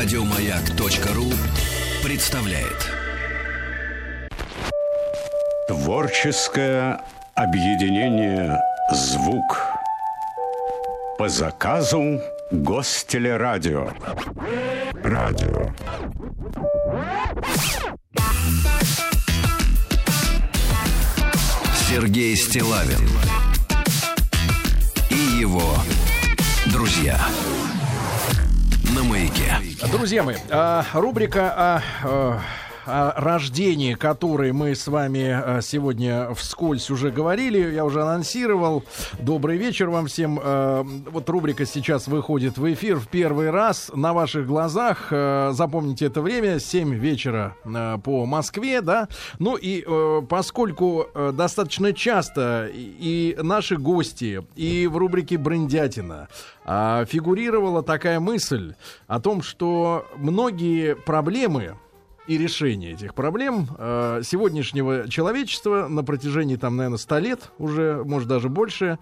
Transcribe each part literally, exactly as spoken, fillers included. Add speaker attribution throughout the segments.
Speaker 1: Радиомаяк.ру представляет.
Speaker 2: Творческое объединение «Звук» по заказу Гостелерадио. Радио.
Speaker 1: Сергей Стиллавин и его друзья на Маяке.
Speaker 3: Друзья мои, рубрика о, о рождении, которой мы с вами сегодня вскользь уже говорили, я уже анонсировал. Добрый вечер вам всем. Вот рубрика сейчас выходит в эфир в первый раз на ваших глазах. Запомните это время, семь вечера по Москве, да. Ну и поскольку достаточно часто и наши гости, и в рубрике «Брындятина» фигурировала такая мысль о том, что многие проблемы и решение этих проблем э, сегодняшнего человечества на протяжении, там, наверное, ста лет, уже, может, даже больше,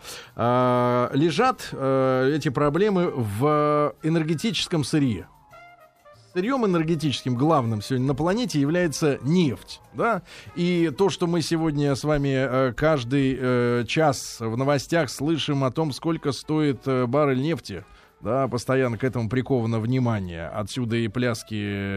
Speaker 3: э, лежат э, эти проблемы в энергетическом сырье. Сырьем энергетическим главным сегодня на планете является нефть, да, и то, что мы сегодня с вами э, каждый э, час в новостях слышим о том, сколько стоит э, баррель нефти, да, постоянно к этому приковано внимание. Отсюда и пляски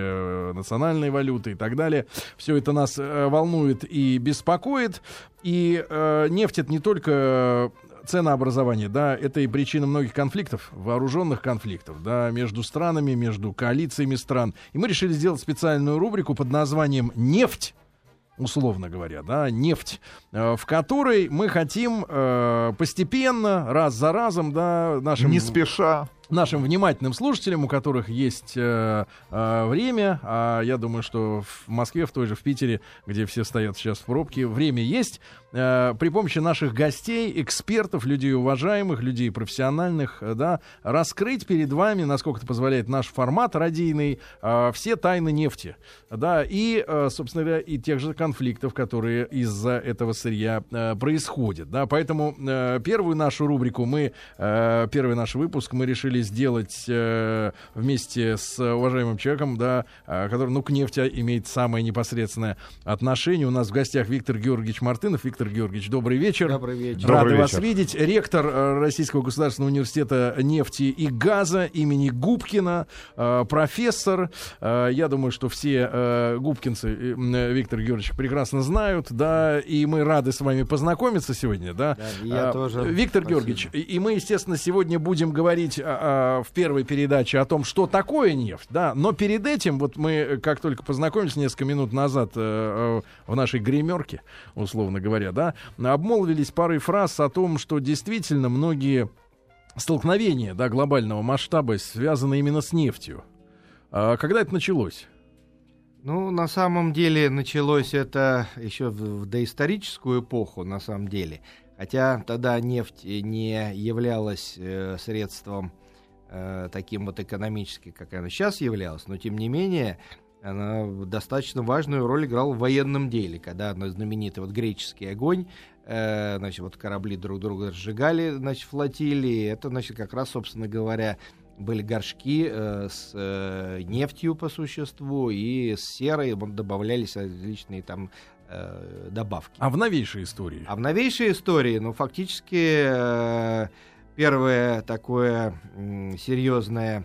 Speaker 3: э, национальной валюты и так далее. Все это нас э, волнует и беспокоит. И э, нефть — это не только ценообразование, да, это и причина многих конфликтов, вооруженных конфликтов, да, между странами, между коалициями стран. И мы решили сделать специальную рубрику под названием «Нефть», условно говоря, да, нефть, э, в которой мы хотим э, постепенно, раз за разом, да, нашим...
Speaker 4: Не спеша.
Speaker 3: Нашим внимательным слушателям, у которых есть э, э, время, а я думаю, что в Москве, в той же в Питере, где все стоят сейчас в пробке, время есть, э, при помощи наших гостей, экспертов, людей уважаемых, людей профессиональных, э, да, раскрыть перед вами, насколько это позволяет наш формат радийный, э, все тайны нефти, да, и, э, собственно говоря, и тех же конфликтов, которые из-за этого сырья э, происходят, да, поэтому э, первую нашу рубрику мы, э, первый наш выпуск мы решили сделать э, вместе с уважаемым человеком, да, э, который, ну, к нефти имеет самое непосредственное отношение. У нас в гостях Виктор Георгиевич Мартынов. Виктор Георгиевич, добрый вечер.
Speaker 5: Добрый вечер.
Speaker 3: Рады
Speaker 4: Добрый
Speaker 3: вас
Speaker 4: вечер.
Speaker 3: видеть. Ректор э, Российского государственного университета нефти и газа имени Губкина, э, профессор. Э, я думаю, что все э, губкинцы э, Виктор Георгиевич прекрасно знают, да, и мы рады с вами познакомиться сегодня, да.
Speaker 5: Да, я
Speaker 3: э,
Speaker 5: тоже.
Speaker 3: Виктор
Speaker 5: Спасибо.
Speaker 3: Георгиевич, и, и мы, естественно, сегодня будем говорить о, в первой передаче о том, что такое нефть, да, но перед этим, вот мы, как только познакомились несколько минут назад э, э, в нашей гримерке, условно говоря, да, обмолвились парой фраз о том, что действительно многие столкновения, да, глобального масштаба связаны именно с нефтью. А когда это началось?
Speaker 5: Ну, на самом деле, началось это еще в, в доисторическую эпоху, на самом деле. Хотя тогда нефть не являлась э, средством э, таким вот экономически, как она сейчас являлась, но тем не менее она достаточно важную роль играла в военном деле, когда ну, знаменитый вот греческий огонь, э, значит, вот корабли друг друга сжигали, значит, флотилии, это, значит, как раз, собственно говоря, были горшки э, с э, нефтью по существу и с серой, вот, добавлялись различные там э, добавки.
Speaker 3: А в новейшей истории?
Speaker 5: А в новейшей истории, ну, фактически э, первое такое м, серьезное,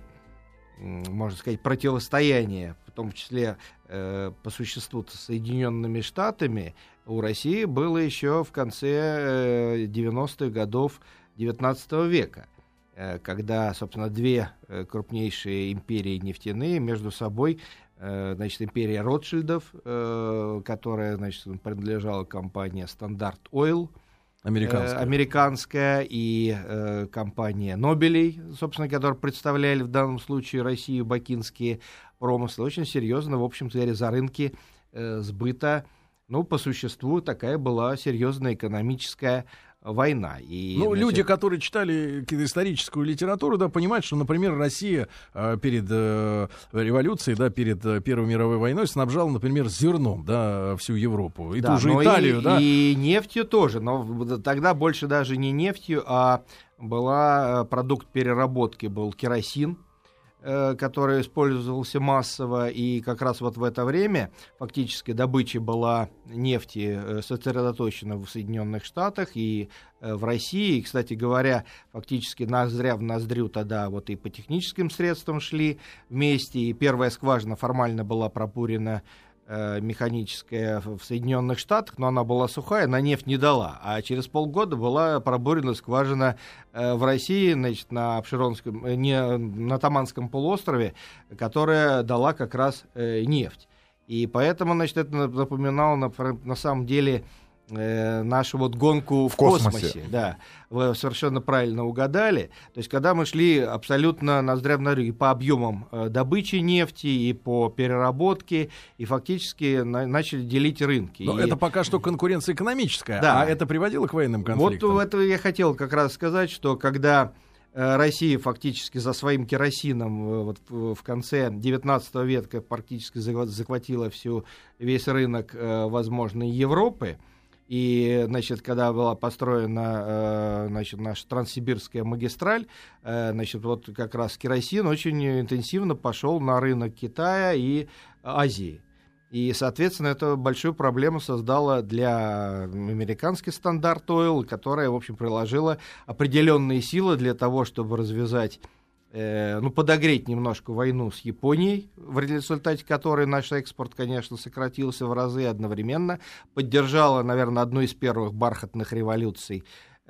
Speaker 5: м, можно сказать, противостояние, в том числе э, по существу с Соединенными Штатами, у России было еще в конце э, девяностых годов девятнадцатого века, э, когда, собственно, две э, крупнейшие империи нефтяные между собой, э, значит, империя Ротшильдов, э, которая, значит, принадлежала компании Standard Oil,
Speaker 3: Американская.
Speaker 5: Э, американская, и э, компания Нобелей, собственно, которые представляли в данном случае Россию, бакинские промыслы, очень серьезно, в общем-то, за рынки э, сбыта. Ну, по существу, такая была серьезная экономическая война. И,
Speaker 3: ну,
Speaker 5: значит...
Speaker 3: люди, которые читали историческую литературу, да, понимают, что, например, Россия э, перед э, революцией, да, перед э, Первой мировой войной снабжала, например, зерном, да, всю Европу, и
Speaker 5: да,
Speaker 3: ту же Италию,
Speaker 5: и,
Speaker 3: да.
Speaker 5: И нефтью тоже, но тогда больше даже не нефтью, а была продукт переработки, был керосин, который использовался массово, и как раз вот в это время фактически добыча была нефти сосредоточена в Соединенных Штатах и в России. И, кстати говоря, фактически ноздря в ноздрю тогда вот и по техническим средствам шли вместе, и первая скважина формально была пробурена механическая в Соединенных Штатах, но она была сухая, на нефть не дала. А через полгода была пробурена скважина в России, значит, на Апшеронском, не, на Таманском полуострове, которая дала как раз нефть. И поэтому, значит, это напоминало на, на самом деле э, нашу вот гонку в, в космосе. космосе. Да, вы совершенно правильно угадали. То есть, когда мы шли абсолютно ноздря в ноздрю и по объемам э, добычи нефти, и по переработке, и фактически на, начали делить рынки.
Speaker 3: Но
Speaker 5: и...
Speaker 3: это пока что конкуренция экономическая,
Speaker 5: да.
Speaker 3: А это приводило к военным конфликтам?
Speaker 5: Вот это я хотел как раз сказать, что когда Россия фактически за своим керосином вот в конце девятнадцатого века практически захватила всю, весь рынок возможной Европы. И, значит, когда была построена, значит, наша Транссибирская магистраль, значит, вот как раз керосин очень интенсивно пошел на рынок Китая и Азии. И, соответственно, это большую проблему создало для американский стандарт Oil, которая, в общем, приложила определенные силы для того, чтобы развязать, э, ну, подогреть немножко войну с Японией, в результате которой наш экспорт, конечно, сократился в разы, одновременно поддержала, наверное, одну из первых бархатных революций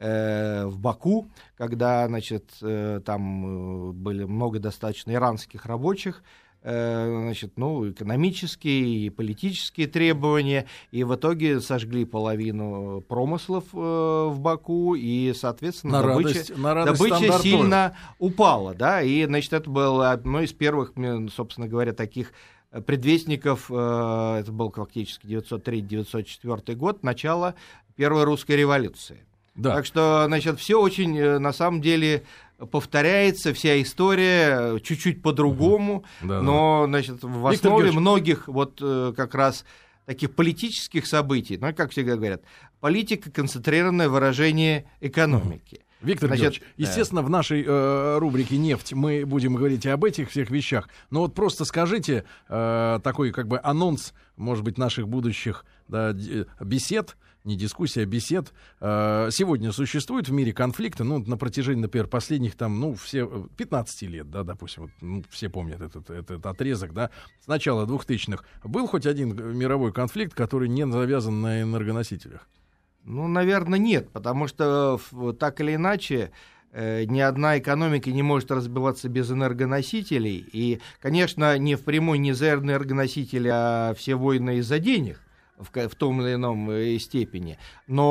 Speaker 5: э, в Баку, когда, значит, э, там были много достаточно иранских рабочих, значит, ну, экономические и политические требования, и в итоге сожгли половину промыслов э, в Баку, и, соответственно,
Speaker 3: на
Speaker 5: добыча,
Speaker 3: радость, на радость
Speaker 5: добыча сильно упала, да, и, значит, это было одно из первых, собственно говоря, таких предвестников, э, это был фактически девятьсот третий — девятьсот четвёртый год, начало Первой русской революции. Да. Так что, значит, все очень, на самом деле, повторяется, вся история чуть-чуть по-другому, да, но, да. Значит, в основе многих вот как раз таких политических событий, ну, как всегда говорят, политика — концентрированное выражение экономики.
Speaker 3: Виктор
Speaker 5: Значит,
Speaker 3: Георгиевич, естественно, в нашей э, рубрике «Нефть» мы будем говорить и об этих всех вещах, но вот просто скажите э, такой как бы анонс, может быть, наших будущих, да, бесед, не дискуссия, а бесед. Э, сегодня существуют в мире конфликты, ну, на протяжении, например, последних там, ну, все пятнадцать лет, да, допустим, вот, ну, все помнят этот, этот отрезок, да, с начала двухтысячных. Был хоть один мировой конфликт, который не завязан на энергоносителях?
Speaker 5: Ну, наверное, нет, потому что так или иначе э, ни одна экономика не может разбиваться без энергоносителей. И, конечно, не впрямую не за энергоносители, а все войны из-за денег в, в том или ином степени.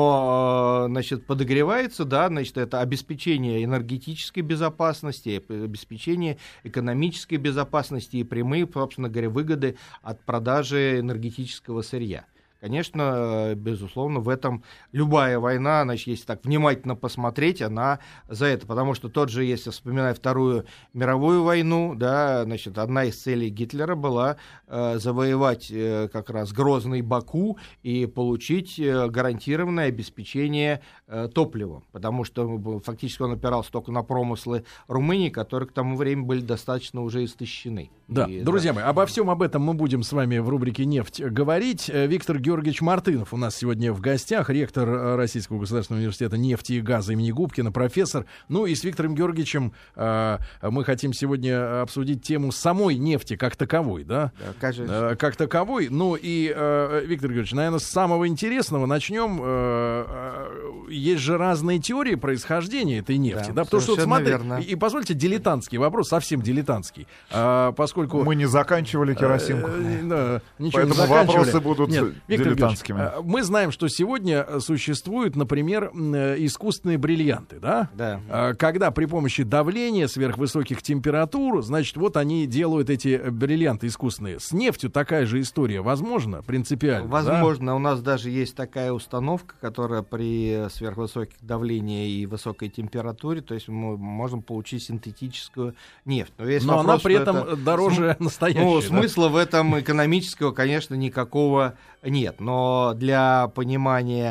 Speaker 5: Но, значит, подогревается, да, значит, это обеспечение энергетической безопасности, обеспечение экономической безопасности и прямые, собственно говоря, выгоды от продажи энергетического сырья. Конечно, безусловно, в этом любая война, значит, если так внимательно посмотреть, она за это, потому что тот же, если вспоминать Вторую мировую войну, да, значит, одна из целей Гитлера была э, завоевать э, как раз Грозный Баку и получить э, гарантированное обеспечение э, топливом, потому что фактически он опирался только на промыслы Румынии, которые к тому времени были достаточно уже истощены.
Speaker 3: Да,
Speaker 5: и,
Speaker 3: друзья
Speaker 5: да.
Speaker 3: мои, обо всем об этом мы будем с вами в рубрике «Нефть» говорить. Виктор Георгиевич Мартынов у нас сегодня в гостях, ректор Российского государственного университета нефти и газа имени Губкина, профессор. Ну и с Виктором Георгиевичем э, мы хотим сегодня обсудить тему самой нефти как таковой, да?
Speaker 5: Да, конечно.
Speaker 3: Э, как таковой. Ну и, э, Виктор Георгиевич, наверное, с самого интересного начнем. Э, э, есть же разные теории происхождения этой нефти, да? да? Потому что, вот, смотрите, и, и позвольте, дилетантский вопрос, совсем дилетантский, э, поскольку...
Speaker 4: Мы не заканчивали керосинку,
Speaker 3: э, э, ничего
Speaker 4: поэтому
Speaker 3: не заканчивали.
Speaker 4: Вопросы будут
Speaker 3: Нет,
Speaker 4: дилетантскими.
Speaker 3: Мы знаем, что сегодня существуют, например, искусственные бриллианты, да?
Speaker 5: Да.
Speaker 3: Когда при помощи давления, сверхвысоких температур, значит, вот они делают эти бриллианты искусственные. С нефтью такая же история возможна, принципиально?
Speaker 5: Возможно.
Speaker 3: Да?
Speaker 5: У нас даже есть такая установка, которая при сверхвысоких давлении и высокой температуре, то есть мы можем получить синтетическую нефть. Но,
Speaker 3: Но вопрос, она при этом это... дороже
Speaker 5: См...
Speaker 3: настоящей.
Speaker 5: Ну,
Speaker 3: да?
Speaker 5: смысла в этом экономического, конечно, никакого нет. Но для понимания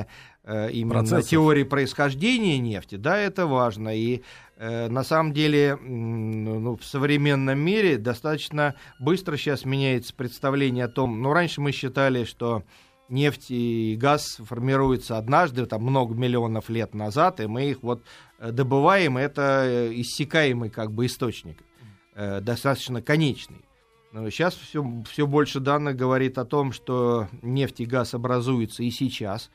Speaker 5: э, именно
Speaker 3: Процессов.
Speaker 5: теории происхождения нефти, да, это важно. И э, на самом деле ну, в современном мире достаточно быстро сейчас меняется представление о том, ну, раньше мы считали, что нефть и газ формируются однажды, там, много миллионов лет назад, и мы их вот добываем, это иссякаемый как бы источник, э, достаточно конечный. Но сейчас все, все больше данных говорит о том, что нефть и газ образуются и сейчас,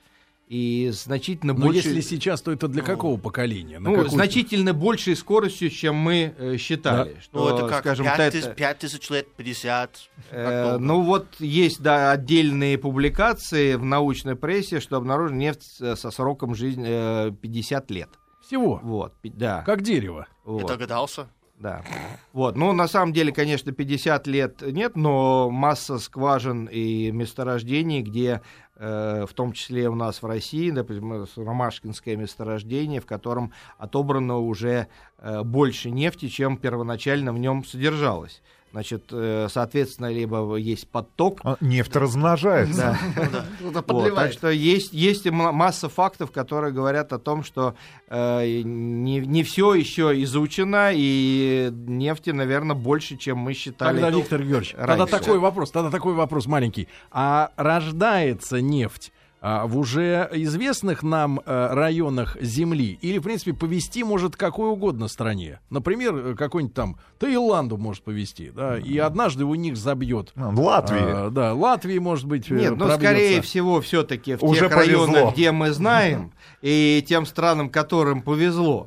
Speaker 5: и значительно
Speaker 3: Но
Speaker 5: больше...
Speaker 3: если сейчас, то это для какого поколения? На
Speaker 5: Ну,
Speaker 3: какую-
Speaker 5: значительно большей скоростью, чем мы э, считали.
Speaker 3: Да.
Speaker 5: Что,
Speaker 6: Ну, это как
Speaker 5: скажем,
Speaker 6: пять,
Speaker 5: это-
Speaker 6: тысяч, пять тысяч лет, пятьдесят.
Speaker 5: Э,
Speaker 6: как долго?
Speaker 5: ну вот есть, да, отдельные публикации в научной прессе, что обнаружена нефть э, со сроком жизни э, пятьдесят лет.
Speaker 3: Всего.
Speaker 5: Вот, пи- да.
Speaker 3: Как дерево.
Speaker 6: Я
Speaker 5: Вот,
Speaker 6: догадался.
Speaker 5: да. Вот, ну на самом деле, конечно, пятьдесят лет нет, но масса скважин и месторождений, где э, в том числе у нас в России, например, Ромашкинское месторождение, в котором отобрано уже э, больше нефти, чем первоначально в нем содержалось. Значит, э, соответственно, либо есть подток,
Speaker 4: А, Нефть размножается.
Speaker 5: да. Вот, так что есть, есть м- масса фактов, которые говорят о том, что э, не, не все еще изучено, и нефти, наверное, больше, чем мы считали.
Speaker 3: Тогда, Виктор Георгиевич, тогда
Speaker 5: раньше.
Speaker 3: такой вопрос, тогда такой вопрос маленький. А рождается нефть а, в уже известных нам а, районах Земли? Или, в принципе, повезти может какой угодно стране? Например, какой-нибудь там Таиланду может повезти, да, и однажды у них забьет.
Speaker 4: В Латвии.
Speaker 3: А, да, Латвии, может быть, э,
Speaker 5: Нет, ну,
Speaker 3: пробьется.
Speaker 5: скорее всего, все-таки в
Speaker 4: Уже
Speaker 5: тех районах,
Speaker 4: повезло.
Speaker 5: где мы знаем, и тем странам, которым повезло.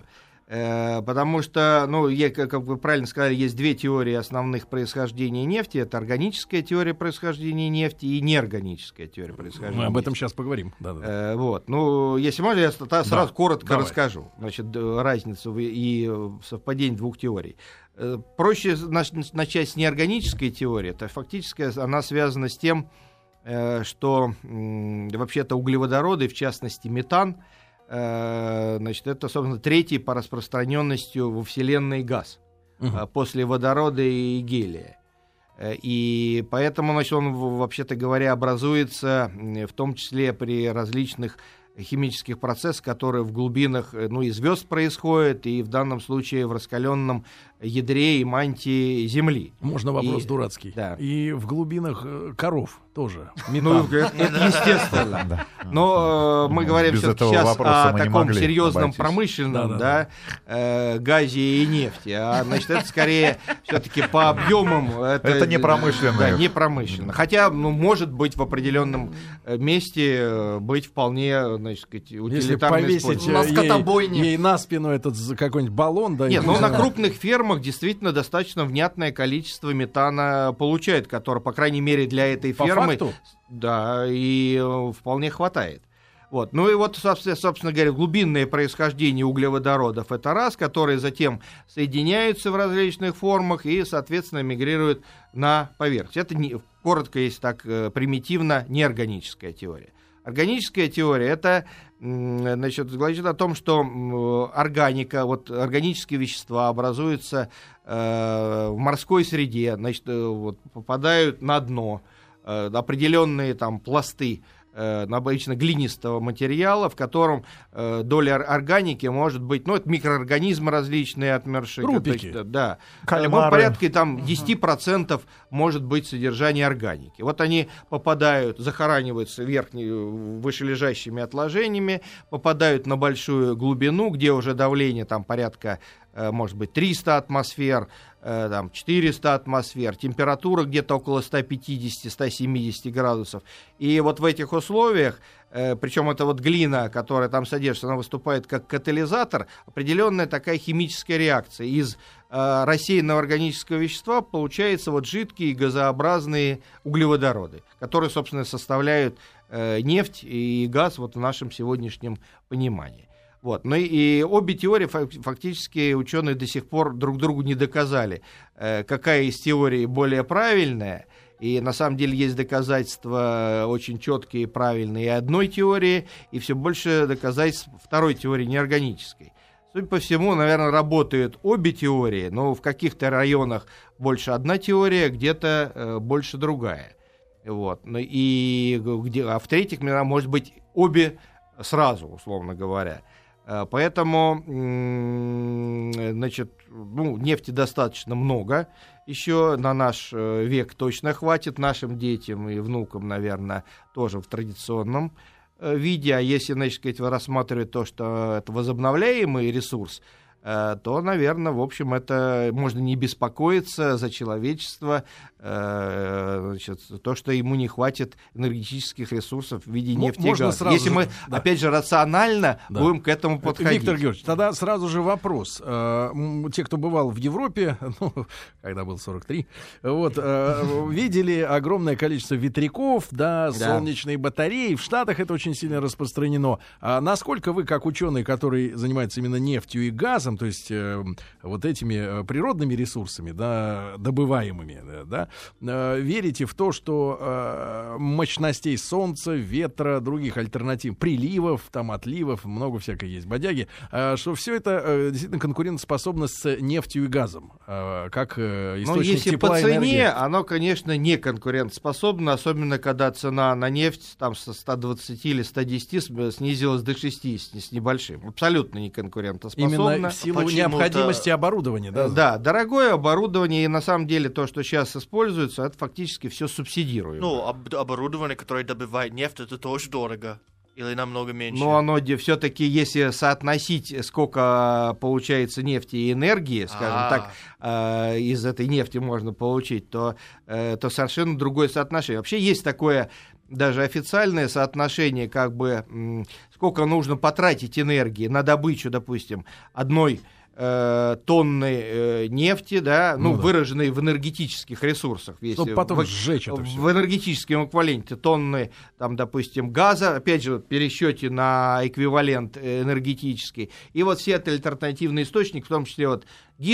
Speaker 5: Э, Потому что, ну, я, как как вы правильно сказали, есть две теории основных происхождения нефти. Это органическая теория происхождения нефти и неорганическая теория происхождения
Speaker 3: Мы об этом
Speaker 5: нефти.
Speaker 3: сейчас поговорим. Да, да, да.
Speaker 5: Э, Вот, ну, если можно, я ста- сразу коротко
Speaker 3: давай.
Speaker 5: расскажу, значит, д- разницу в- и э, совпадение двух теорий. Э, Проще нач- начать с неорганической теории. Это фактически она связана с тем, э, что м, вообще-то углеводороды, в частности метан, э, значит, это, собственно, третий по распространенности во Вселенной газ
Speaker 3: Мгм.
Speaker 5: э, после водорода и гелия. Э, И поэтому, значит, он, в- вообще-то говоря, образуется м, в том числе при различных химических процессах, которые в глубинах, э, ну, и звезд происходят, и в данном случае в раскаленном ядре и мантии Земли.
Speaker 3: Можно вопрос
Speaker 5: И-
Speaker 3: дурацкий.
Speaker 5: да.
Speaker 3: И в глубинах э, коров тоже.
Speaker 5: Ну,
Speaker 3: Метан.
Speaker 5: это, это естественно. Но э, мы
Speaker 4: Ну,
Speaker 5: говорим
Speaker 4: без
Speaker 5: все-таки
Speaker 4: этого
Speaker 5: сейчас
Speaker 4: вопроса
Speaker 5: о
Speaker 4: мы не
Speaker 5: таком
Speaker 4: могли
Speaker 5: серьезном
Speaker 4: обойтись.
Speaker 5: промышленном, да,
Speaker 3: Да-да-да.
Speaker 5: э, газе и нефти. А значит, это скорее все-таки по объемам. Это,
Speaker 4: Это не промышленное.
Speaker 5: Да, не промышленно. Хотя, ну, может быть, в определенном э, месте э, быть вполне, значит, сказать,
Speaker 3: Если
Speaker 5: утилитарно
Speaker 3: повесить
Speaker 5: использовать.
Speaker 3: э,
Speaker 7: На
Speaker 3: ей,
Speaker 7: скотобойне.
Speaker 3: ей на спину этот з- какой-нибудь баллон, да.
Speaker 5: Нет,
Speaker 3: и-
Speaker 5: ну на крупных фермах действительно достаточно внятное количество метана получает, которое, по крайней мере, для этой
Speaker 3: По
Speaker 5: фермы,
Speaker 3: факту?
Speaker 5: да, и э, вполне хватает. Вот. Ну и вот, собственно, собственно говоря, глубинное происхождение углеводородов — это раз, которые затем соединяются в различных формах и, соответственно, мигрируют на поверхность. Это, не, коротко, если так э, примитивно, неорганическая теория. Органическая теория — это, м, значит, говорит о том, что м, органика, вот органические вещества образуются э, в морской среде, значит, э, вот, попадают на дно, э, определенные там пласты э, обычно глинистого материала, в котором э, доля ор- органики может быть, ну, это микроорганизмы различные отмершие.
Speaker 3: Трупики.
Speaker 5: то есть, да.
Speaker 4: Кальмары.
Speaker 5: Ну, порядка там десять процентов может быть содержание органики. Вот они попадают, захораниваются верхними, вышележащими отложениями, попадают на большую глубину, где уже давление там порядка, э, может быть, триста атмосфер, э, там, четыреста атмосфер, температура где-то около сто пятьдесят - сто семьдесят градусов. И вот в этих условиях, э, причем это вот глина, которая там содержится, она выступает как катализатор, определенная такая химическая реакция. Из э, рассеянного органического вещества получается вот жидкие газообразные углеводороды, которые, собственно, составляют э, нефть и газ вот в нашем сегодняшнем понимании. Вот. Ну и, и обе теории фак- фактически ученые до сих пор друг другу не доказали, э, какая из теорий более правильная. И на самом деле есть доказательства очень четкие и правильные и одной теории, и все больше доказательств второй теории, неорганической. Судя по всему, наверное, работают обе теории, но в каких-то районах больше одна теория, где-то э, больше другая. Вот. Ну и где, а в-третьих, может быть, обе сразу, условно говоря. Поэтому, значит, ну, нефти достаточно много, еще на наш век точно хватит, нашим детям и внукам, наверное, тоже в традиционном виде. А если, значит, сказать, рассматривать то, что это возобновляемый ресурс, то, наверное, в общем, это можно не беспокоиться за человечество, значит, то, что ему не хватит энергетических ресурсов в виде нефти и газа. Если же, мы, да. опять же, рационально да. будем к этому подходить.
Speaker 3: Виктор Георгиевич, тогда сразу же вопрос. Те, кто бывал в Европе, ну, когда был сорок три, вот, видели огромное количество ветряков, да, солнечные да. батареи. В Штатах это очень сильно распространено. А насколько вы, как ученый, который занимается именно нефтью и газом, то есть э, вот этими э, природными ресурсами, да, добываемыми, да, э, верите в то, что э, мощностей солнца, ветра, других альтернатив, приливов, там, отливов, много всякой есть бодяги, э, что все это э, действительно конкурентоспособно с нефтью и газом, э, как э, источник
Speaker 5: Но если
Speaker 3: тепла и энергии?
Speaker 5: по цене, оно, конечно, не конкурентоспособно, особенно когда цена на нефть там со ста двадцати или ста десяти снизилась до шестидесяти с небольшим. Абсолютно не конкурентоспособна.
Speaker 3: Именно в силу Почему-то... необходимости оборудования, да?
Speaker 5: Да, дорогое оборудование, и на самом деле то, что сейчас используется, это фактически все субсидируемо.
Speaker 6: Ну, об- оборудование, которое добывает нефть, это тоже дорого. Или намного меньше?
Speaker 5: Но оно все-таки, если соотносить, сколько получается нефти и энергии, скажем А-а-а. так, э, из этой нефти можно получить, то, э, то совершенно другое соотношение. Вообще есть такое даже официальное соотношение, как бы, м- сколько нужно потратить энергии на добычу, допустим, одной э, тонны э, нефти, да, ну, ну да. выраженной в энергетических ресурсах.
Speaker 3: Чтобы потом
Speaker 5: в,
Speaker 3: сжечь это
Speaker 5: в,
Speaker 3: все.
Speaker 5: В энергетическом эквиваленте тонны, там, допустим, газа, опять же, в пересчете на эквивалент энергетический. И вот все это альтернативные источники, в том числе вот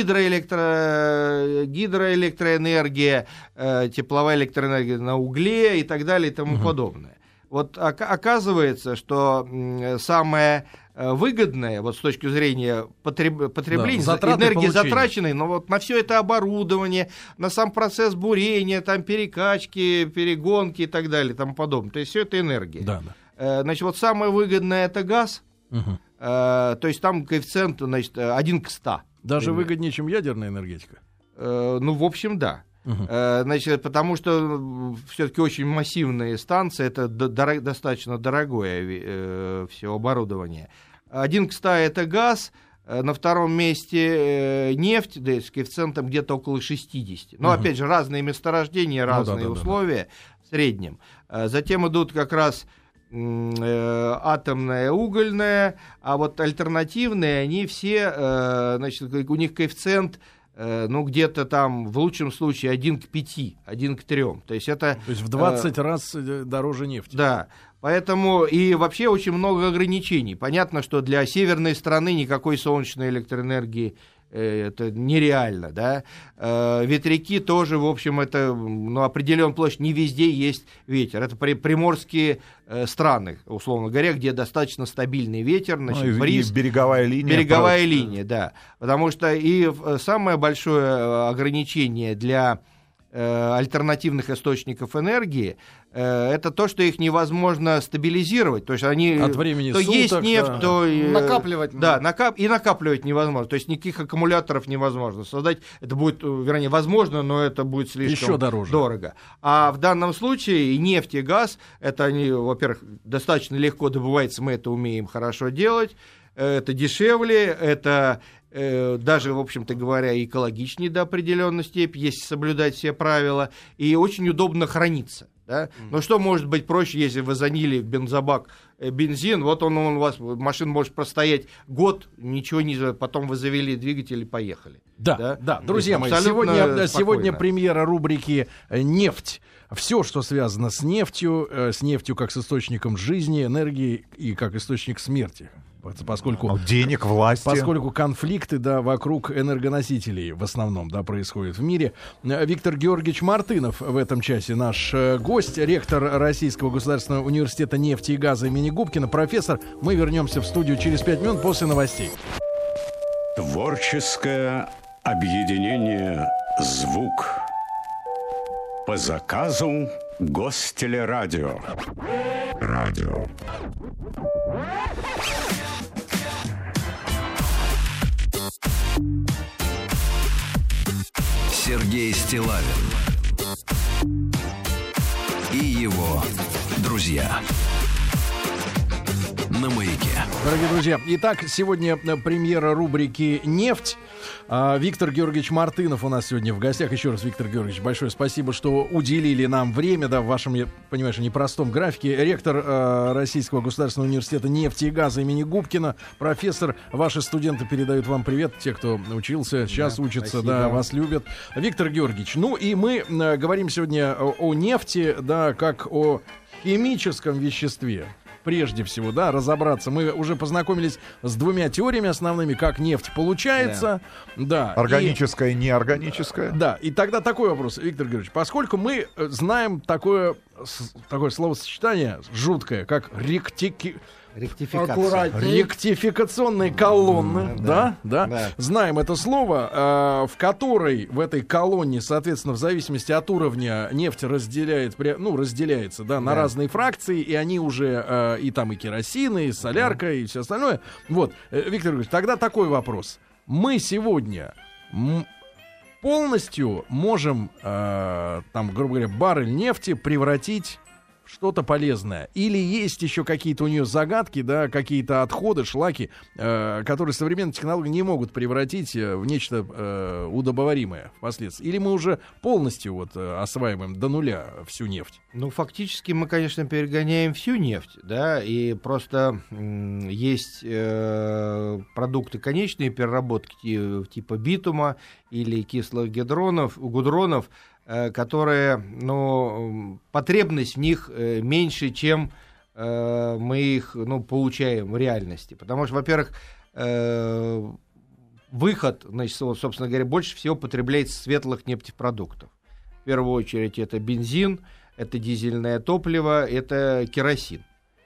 Speaker 5: гидроэлектро... гидроэлектроэнергия, э, тепловая электроэнергия на угле и так далее и тому угу. подобное. Вот оказывается, что самое выгодное, вот с точки зрения потреб... потребления, да, энергии затраченной, но вот на все это оборудование, на сам процесс бурения, там, перекачки, перегонки и так далее и тому подобное. То есть все это энергия.
Speaker 3: Да, да.
Speaker 5: Значит, вот самое выгодное — это газ, угу. то есть там коэффициент, значит, один к ста.
Speaker 3: Даже
Speaker 5: примерно.
Speaker 3: Выгоднее, чем ядерная энергетика?
Speaker 5: Ну, в общем, да. Uh-huh. Значит, потому что все-таки очень массивные станции, это дорог, достаточно дорогое э, все оборудование. Один к ста — это газ, на втором месте нефть, да, с коэффициентом где-то около шестидесяти. Но, uh-huh. опять же, разные месторождения, разные ну, да, да, условия да, да. в среднем. Затем идут как раз э, атомная, угольная, а вот альтернативные, они все, э, значит, у них коэффициент ну, где-то там, в лучшем случае, один к пяти, один к трем. То есть это...
Speaker 3: То есть в двадцать э, раз дороже нефти.
Speaker 5: Да. Поэтому и вообще очень много ограничений. Понятно, что для северной страны никакой солнечной электроэнергии э, это нереально, да. Э, ветряки тоже, в общем, это, ну, определенная площадь, не везде есть ветер. Это при, приморские э, страны, условно говоря, где достаточно стабильный ветер, значит, ну, и, бриз.
Speaker 4: И береговая линия.
Speaker 5: Береговая просто. линия, да. Потому что и самое большое ограничение для э, альтернативных источников энергии это то, что их невозможно стабилизировать. То есть они...
Speaker 3: От времени
Speaker 5: то
Speaker 3: суток,
Speaker 5: есть нефть,
Speaker 3: да.
Speaker 5: то...
Speaker 7: Накапливать.
Speaker 5: Да, накап... и накапливать невозможно. То есть никаких аккумуляторов невозможно создать. Это будет, вернее, возможно, но это будет слишком
Speaker 3: еще дороже.
Speaker 5: дорого. А в данном случае и нефть, и газ, это они, во-первых, достаточно легко добывается, мы это умеем хорошо делать. Это дешевле, это... даже, в общем-то говоря, экологичнее до определенной степени, если соблюдать все правила, и очень удобно храниться. Да? Mm-hmm. Но что может быть проще, если вы залили в бензобак бензин, вот он, он у вас, машина может простоять год, ничего не... Потом вы завели двигатель и поехали.
Speaker 3: Да, да, да. Друзья мои, сегодня, сегодня премьера рубрики «Нефть». Все, что связано с нефтью, с нефтью как с источником жизни, энергии и как источник смерти. Поскольку,
Speaker 4: денег, власти.
Speaker 3: Поскольку конфликты, да, вокруг энергоносителей в основном, да, происходят в мире. Виктор Георгиевич Мартынов в этом часе наш гость, ректор Российского государственного университета нефти и газа имени Губкина, профессор. Мы вернемся в студию через пять минут после новостей.
Speaker 2: Творческое объединение «Звук» по заказу Гостелерадио. Радио.
Speaker 1: Сергей Стиллавин и его друзья на Маяке.
Speaker 3: Дорогие друзья, итак, сегодня премьера рубрики «Нефть». Виктор Георгиевич Мартынов у нас сегодня в гостях. Еще раз, Виктор Георгиевич, большое спасибо, что уделили нам время, да, в вашем, я понимаю, непростом графике. Ректор э, Российского государственного университета нефти и газа имени Губкина, профессор. Ваши студенты передают вам привет, те, кто учился, сейчас да, учатся, спасибо. Да, вас любят. Виктор Георгиевич, ну и мы э, говорим сегодня о, о нефти, да, как о химическом веществе. Прежде всего, да, разобраться. Мы уже познакомились с двумя теориями основными, как нефть получается. Да. Да,
Speaker 4: органическая и неорганическая.
Speaker 3: Да, и тогда такой вопрос, Виктор Георгиевич. Поскольку мы знаем такое, такое словосочетание жуткое, как ректики...
Speaker 5: Ректификация.
Speaker 3: Ректификационные колонны, mm, да, да, да, да. Знаем это слово, э, в которой в этой колонне, соответственно, в зависимости от уровня нефть разделяет, ну, разделяется, да, на да. разные фракции, и они уже э, и там и керосин, и солярка, mm. и все остальное. Вот, Виктор Георгиевич, тогда такой вопрос: мы сегодня м- полностью можем, э, там, грубо говоря, баррель нефти превратить что-то полезное? Или есть еще какие-то у нее загадки, да, какие-то отходы, шлаки, э, которые современные технологии не могут превратить в нечто э, удобоваримое впоследствии? Или мы уже полностью вот э, осваиваем до нуля всю нефть?
Speaker 5: Ну, фактически мы, конечно, перегоняем всю нефть, да, и просто м- есть э, продукты конечной переработки типа битума или кислых гидронов, гудронов, которые, ну, потребность в них меньше, чем э, мы их, ну, получаем в реальности. Потому что, во-первых, э, выход, значит, собственно говоря, больше всего потребляется светлых нефтепродуктов. В первую очередь это бензин, это дизельное топливо, это керосин.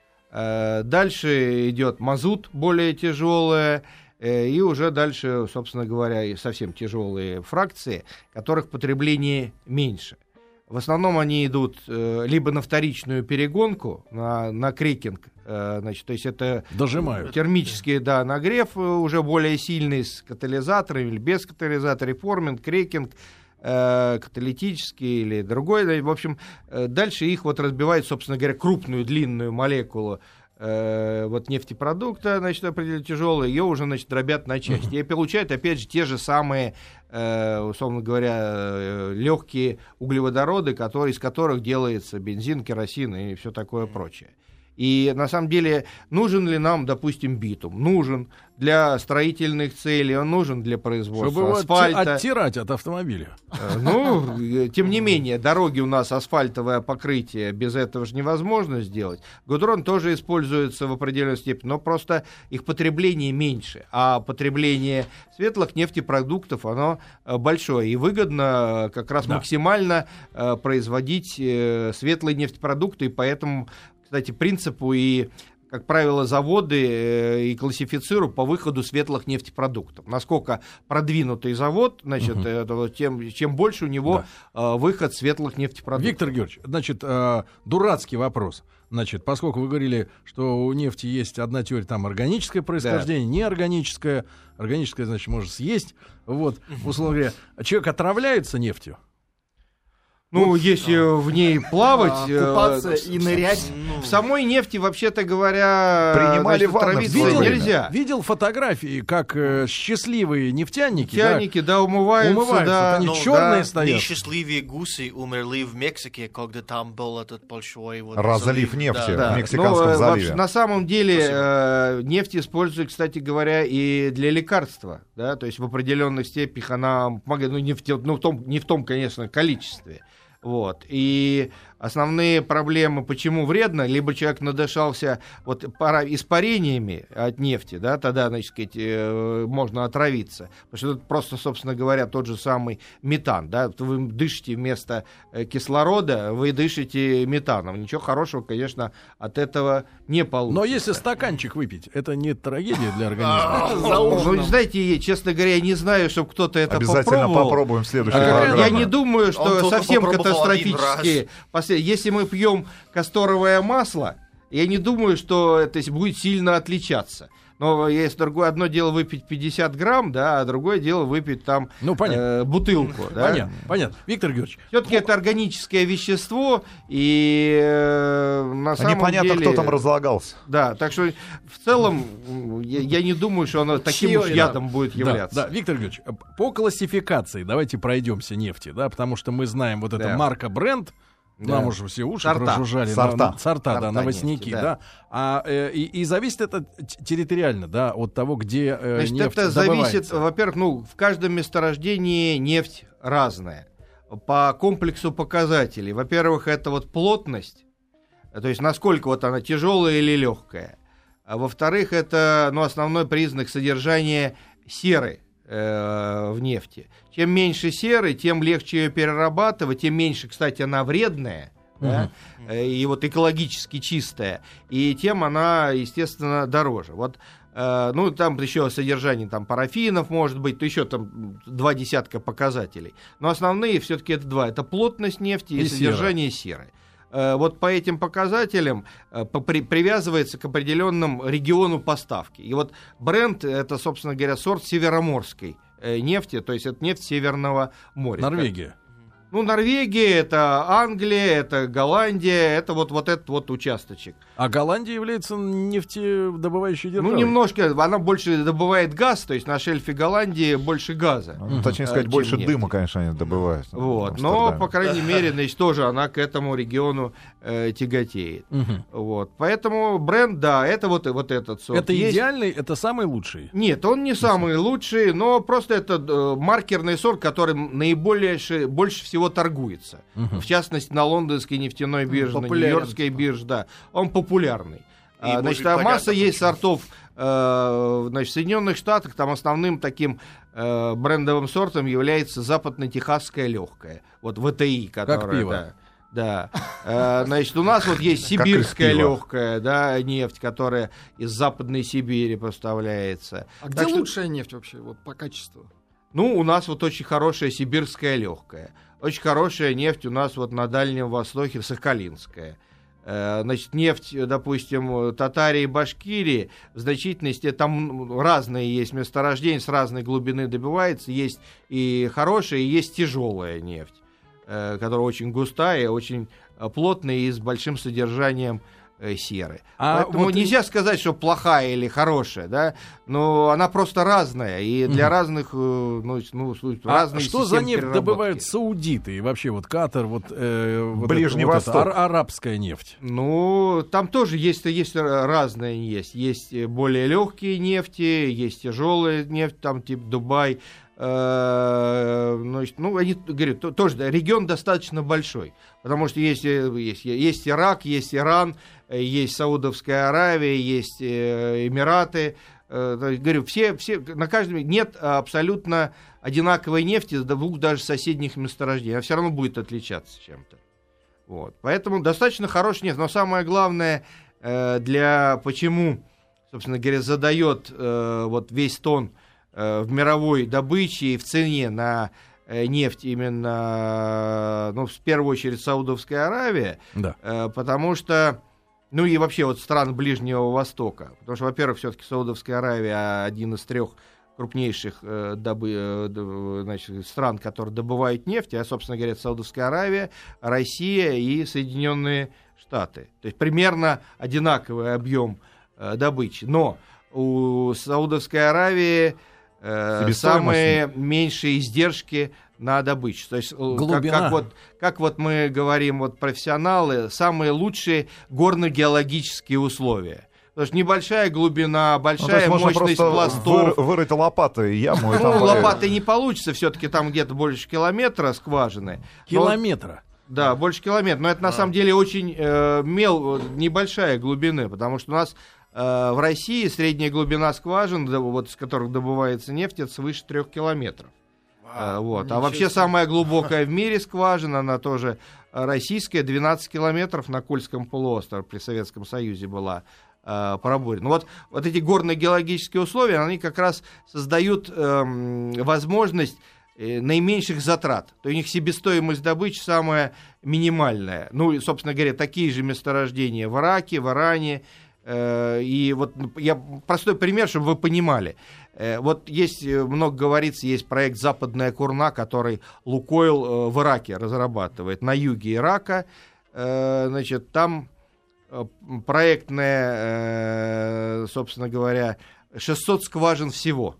Speaker 5: Э, дальше идет мазут, более тяжелое, и уже дальше, собственно говоря, совсем тяжелые фракции, которых потребление меньше. В основном они идут э, либо на вторичную перегонку, на, на крекинг, э, значит, то есть это
Speaker 3: дожимают.
Speaker 5: Термический, да, нагрев уже более сильный с катализатором или без катализатора, реформинг, крекинг, э, каталитический или другой. В общем, э, дальше их вот разбивают, собственно говоря, крупную длинную молекулу вот нефтепродукта, значит, определенно тяжелые, ее уже, значит, дробят на части. И получают, опять же, те же самые, условно говоря, легкие углеводороды, которые, из которых делается бензин, керосин и все такое прочее. И на самом деле, нужен ли нам, допустим, битум? Нужен для строительных целей, он нужен для производства
Speaker 3: Чтобы
Speaker 5: асфальта.
Speaker 3: Чтобы оттирать от автомобиля.
Speaker 5: Ну, тем не менее, дороги у нас асфальтовое покрытие, без этого же невозможно сделать. Гудрон тоже используется в определенной степени, но просто их потребление меньше, а потребление светлых нефтепродуктов, оно большое, и выгодно как раз да. максимально производить светлые нефтепродукты, и поэтому, кстати, принципу и, как правило, заводы э, и классифицируют по выходу светлых нефтепродуктов. Насколько продвинутый завод, значит, uh-huh. это, тем, чем больше у него да. э, выход светлых нефтепродуктов.
Speaker 3: Виктор Георгиевич, значит, э, дурацкий вопрос. Значит, поскольку вы говорили, что у нефти есть одна теория, там органическое происхождение, да. неорганическое. Органическое, значит, может съесть. Вот, условно говоря, человек отравляется нефтью?
Speaker 5: Ну, вот, если а, в ней плавать,
Speaker 7: а, купаться э, и нырять.
Speaker 5: В самой нефти, вообще-то говоря,
Speaker 4: принимали ванну.
Speaker 5: Видел, нельзя.
Speaker 3: Видел фотографии, как э, счастливые нефтяники,
Speaker 5: нефтяники, да, да умываются,
Speaker 3: умываются.
Speaker 5: Да.
Speaker 3: Они
Speaker 6: ну,
Speaker 3: черные
Speaker 6: да.
Speaker 3: стоят.
Speaker 6: Несчастливые гуси умерли в Мексике, когда там был этот большой вот
Speaker 4: разлив нефти
Speaker 6: да.
Speaker 4: в Мексиканском
Speaker 5: Но,
Speaker 4: заливе.
Speaker 5: Вообще, на самом деле э, нефть используется, кстати говоря, и для лекарства, да, то есть в определенных степенях она помогает, ну, не в, ну, в том, не в том, конечно, количестве. Вот. И основные проблемы, почему вредно, либо человек надышался вот испарениями от нефти, да, тогда, значит, сказать, можно отравиться. Потому что это просто, собственно говоря, тот же самый метан. Да? Вы дышите вместо кислорода, вы дышите метаном. Ничего хорошего, конечно, от этого не получится.
Speaker 3: Но если стаканчик выпить, это не трагедия для организма?
Speaker 5: Ну, знаете, честно говоря, я не знаю, чтобы кто-то это попробовал.
Speaker 4: Обязательно попробуем в следующей программе.
Speaker 5: Я не думаю, что совсем катастрофически. Если мы пьем касторовое масло, Я не думаю, что это будет сильно отличаться. Но есть другое, одно дело выпить пятьдесят грамм, да, а другое дело выпить там
Speaker 3: ну,
Speaker 5: э, бутылку. Да?
Speaker 3: Понятно, понятно. Виктор Георгиевич.
Speaker 5: Все-таки это органическое вещество, и э, на самом
Speaker 4: непонятно,
Speaker 5: деле...
Speaker 4: кто там разлагался.
Speaker 5: Да, так что в целом я, я не думаю, что оно таким
Speaker 3: Чьё
Speaker 5: уж
Speaker 3: это?
Speaker 5: ядом будет являться.
Speaker 3: Да, да, Виктор Георгиевич, по классификации давайте пройдемся нефти, да, потому что мы знаем вот это
Speaker 5: Да.
Speaker 3: марка бренд.
Speaker 5: Да.
Speaker 3: Нам уже все уши
Speaker 5: Сорта.
Speaker 3: прожужжали.
Speaker 4: Сорта.
Speaker 3: На, на, сорта, да,
Speaker 5: Сорта
Speaker 3: новостники,
Speaker 5: нефти,
Speaker 3: да.
Speaker 5: да.
Speaker 3: А, э, и, и зависит это т- территориально, да, от того, где э,
Speaker 5: Значит,
Speaker 3: нефть
Speaker 5: это
Speaker 3: добывается.
Speaker 5: зависит, во-первых, ну, в каждом месторождении нефть разная. По комплексу показателей. Во-первых, это вот плотность, то есть насколько вот она тяжелая или легкая. А во-вторых, это, ну, основной признак содержания серы э, в нефти. Чем меньше серы, тем легче ее перерабатывать, тем меньше, кстати, она вредная. Да, и вот экологически чистая, и тем она, естественно, дороже. Вот, э, ну, там еще содержание там, парафинов, может быть, то еще там два десятка показателей. Но основные все-таки это два. Это плотность нефти и,
Speaker 3: И
Speaker 5: содержание серы. Э, вот по этим показателям э, по, при, привязывается к определенному региону поставки. И вот Brent — это, собственно говоря, сорт североморской э, нефти, то есть это нефть Северного моря.
Speaker 3: Норвегия.
Speaker 5: Ну, Норвегия, это Англия, это Голландия, это вот, вот этот вот участочек.
Speaker 3: А Голландия является нефтедобывающей державой.
Speaker 5: Ну, немножко, она больше добывает газ, то есть на шельфе Голландии больше газа.
Speaker 4: Ну, точнее сказать,
Speaker 5: чем
Speaker 4: больше
Speaker 5: нефти.
Speaker 4: дыма, конечно, они добывают.
Speaker 5: Вот.
Speaker 4: в
Speaker 5: Но,
Speaker 4: Амстердаме.
Speaker 5: по крайней мере, значит, тоже она к этому региону э, тяготеет.
Speaker 3: Мгм.
Speaker 5: Вот. Поэтому бренд, да, это вот, вот этот сорт.
Speaker 3: Это
Speaker 5: Есть-
Speaker 3: идеальный, это самый лучший.
Speaker 5: Нет, он не самый лучший, но просто это э, маркерный сорт, который наиболее ши- больше всего торгуется.
Speaker 3: Мгм.
Speaker 5: В частности, на лондонской нефтяной бирже, на
Speaker 3: популярен.
Speaker 5: нью-йоркской бирже, да, он популярный.
Speaker 6: И
Speaker 5: А,
Speaker 6: может
Speaker 5: значит, а
Speaker 6: быть,
Speaker 5: масса
Speaker 6: понятно,
Speaker 5: есть
Speaker 6: почему.
Speaker 5: сортов, э, значит, в Соединенных Штатах там основным таким э, брендовым сортом является западно-техасская легкая, вот вэ тэ и, которая,
Speaker 3: пиво.
Speaker 5: да. Да. Э, Значит, у нас вот есть
Speaker 4: Как
Speaker 5: сибирская
Speaker 4: из пива.
Speaker 5: легкая, да, нефть, которая из Западной Сибири поставляется.
Speaker 7: А где
Speaker 5: Так что-
Speaker 7: лучшая нефть вообще, вот по качеству?
Speaker 5: Ну, у нас вот очень хорошая сибирская легкая. Очень хорошая нефть у нас вот на Дальнем Востоке, сахалинская. Э, Значит, нефть, допустим, Татарии и Башкирии в значительной степени, там разные есть месторождения, с разной глубины добивается, есть и хорошая, и есть тяжелая нефть, э, которая очень густая, очень э, плотная и с большим содержанием э, серы.
Speaker 3: А
Speaker 5: Поэтому
Speaker 3: вот и-
Speaker 5: нельзя сказать, что плохая или хорошая, да, но она просто разная, и для
Speaker 3: Мгм.
Speaker 5: разных, э, ну, ну,
Speaker 3: А
Speaker 5: разные
Speaker 3: что за
Speaker 5: системы
Speaker 3: нефть
Speaker 5: переработки.
Speaker 3: добывают саудиты и вообще вот Катар, вот, э, вот
Speaker 4: Ближний
Speaker 3: это, вот
Speaker 4: Восток.
Speaker 3: это, ар- арабская нефть?
Speaker 5: Ну, там тоже есть, есть разные есть. Есть более легкие нефти, есть тяжелая нефть, там типа Дубай. Э, значит, ну, они говорят, то- тоже да, регион достаточно большой, потому что есть, э, есть, есть Ирак, есть Иран, э, есть Саудовская Аравия, есть э, Эмираты. Э, то есть, говорю, все, все, на каждом нет абсолютно одинаковой нефти до двух даже соседних месторождений, она все равно будет отличаться чем-то. Вот. Поэтому достаточно хорошая нефть. Но самое главное, э, для почему, собственно говоря, задает э, вот весь тон э, в мировой добыче и в цене на э, нефть именно, ну, в первую очередь, Саудовская Аравия,
Speaker 3: Да.
Speaker 5: э, потому что, ну и вообще вот стран Ближнего Востока. Потому что, во-первых, все-таки Саудовская Аравия один из трех крупнейших э, добы, э, д- значит, стран, которые добывают нефть, а, собственно говоря, это Саудовская Аравия, Россия и Соединенные Штаты. То есть примерно одинаковый объем э, добычи. Но у Саудовской Аравии э,
Speaker 4: Себестоимость
Speaker 5: самые меньшие издержки на добычу. То есть, э, как,
Speaker 3: Глубина.
Speaker 5: как вот, как вот мы говорим, вот профессионалы, самые лучшие горно-геологические условия. Потому что небольшая глубина,
Speaker 4: Ну, то
Speaker 5: большая
Speaker 4: есть можно
Speaker 5: мощность
Speaker 4: просто
Speaker 5: пластов.
Speaker 4: выр- вырыть лопатой яму. и
Speaker 5: Ну,
Speaker 4: там
Speaker 5: лопатой не получится, все-таки там где-то больше километра скважины. Но-
Speaker 3: Километра.
Speaker 5: да, больше километра. Но это на самом деле очень э, мел, небольшая глубины, потому что у нас э, в России средняя глубина скважин, да, вот, с которых добывается нефть, это свыше трех километров. А, вот. А вообще самая глубокая в мире скважина, она тоже э, российская, двенадцать километров на Кольском полуострове при Советском Союзе была э, пробурена. Ну вот, вот эти горно-геологические условия, они как раз создают эм, возможность э, наименьших затрат. То есть у них себестоимость добычи самая минимальная. Ну, и, собственно говоря, такие же месторождения в Ираке, в Иране. Э, и вот я простой пример, чтобы вы понимали. Э, вот есть, много говорится, есть проект «Западная Курна», который Лукойл э, в Ираке разрабатывает, на юге Ирака. Э, значит, там проектная, э, собственно говоря, шестьсот скважин всего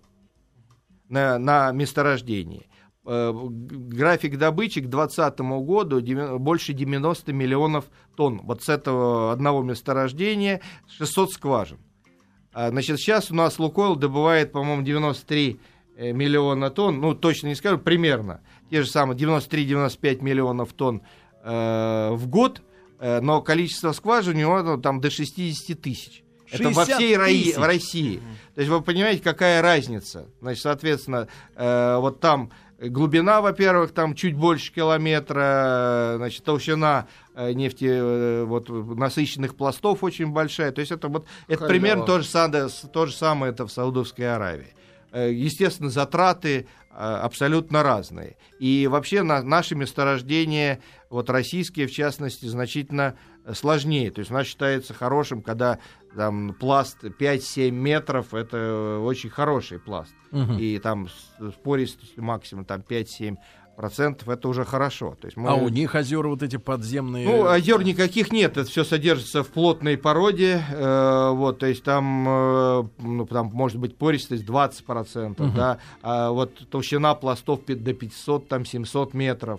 Speaker 5: на, на месторождении. Э, график добычи к двадцатому году больше девяносто миллионов тонн. Вот с этого одного месторождения шестьсот скважин. А, значит, сейчас у нас Лукойл добывает, по-моему, девяносто три миллиона тонн. Ну, точно не скажу, примерно. Те же самые девяносто три - девяносто пять миллионов тонн э, в год. Э, но количество скважин у него ну, там до шестьдесят тысяч. Это во всей Ра- в России. Mm-hmm. То есть вы понимаете, какая разница. Значит, соответственно, э, вот там глубина, во-первых, там чуть больше километра, значит, толщина э, нефти, э, вот, насыщенных пластов очень большая. То есть это, вот, это примерно то же, самое, то же самое это в Саудовской Аравии. Э, естественно, затраты э, абсолютно разные. И вообще на, наши месторождения, вот российские в частности, значительно сложнее. То есть у нас считается хорошим, когда там пласт пять-семь метров, это очень хороший пласт. Угу. И там с пористостью максимум там пять-семь процентов, это уже хорошо. То есть мы...
Speaker 3: А у них озера вот эти подземные?
Speaker 5: Ну, озер никаких нет, это все содержится в плотной породе, э, вот, то есть там, э, ну, там может быть пористость двадцать процентов, угу. да, а вот толщина пластов до пятьсот-семьсот метров.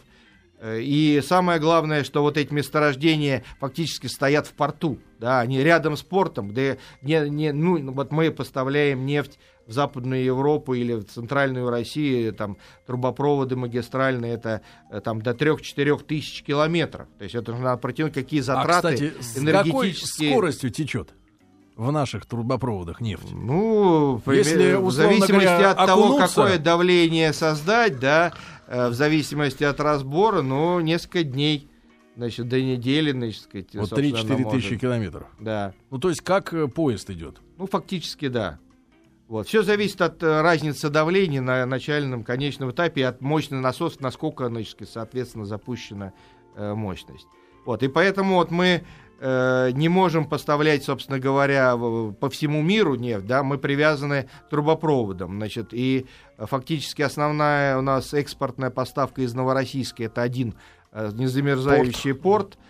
Speaker 5: И самое главное, что вот эти месторождения фактически стоят в порту, да, они рядом с портом, где не, не, ну, вот мы поставляем нефть в Западную Европу или в Центральную Россию, там трубопроводы магистральные, это там до трех-четырех тысяч километров. То есть это надо протянуть, какие затраты.
Speaker 3: А, кстати, энергетические... с какой скоростью течет в наших трубопроводах нефть?
Speaker 5: Ну,
Speaker 3: если,
Speaker 5: в зависимости
Speaker 3: говоря,
Speaker 5: от того,
Speaker 3: окунуться...
Speaker 5: какое давление создать, да, в зависимости от разбора, ну, несколько дней, значит, до недели, значит, сказать,
Speaker 3: вот три-четыре тысячи километров.
Speaker 5: Да.
Speaker 3: Ну, то есть как поезд идет?
Speaker 5: Ну, фактически, да. Вот. Все зависит от э, разницы давления на начальном, конечном этапе и от мощности насоса, насколько, значит, соответственно, запущена э, мощность. Вот. И поэтому вот мы э, не можем поставлять, собственно говоря, по всему миру нефть, да, мы привязаны к трубопроводам, значит, и фактически основная у нас экспортная поставка из Новороссийска — это один э, незамерзающий порт, порт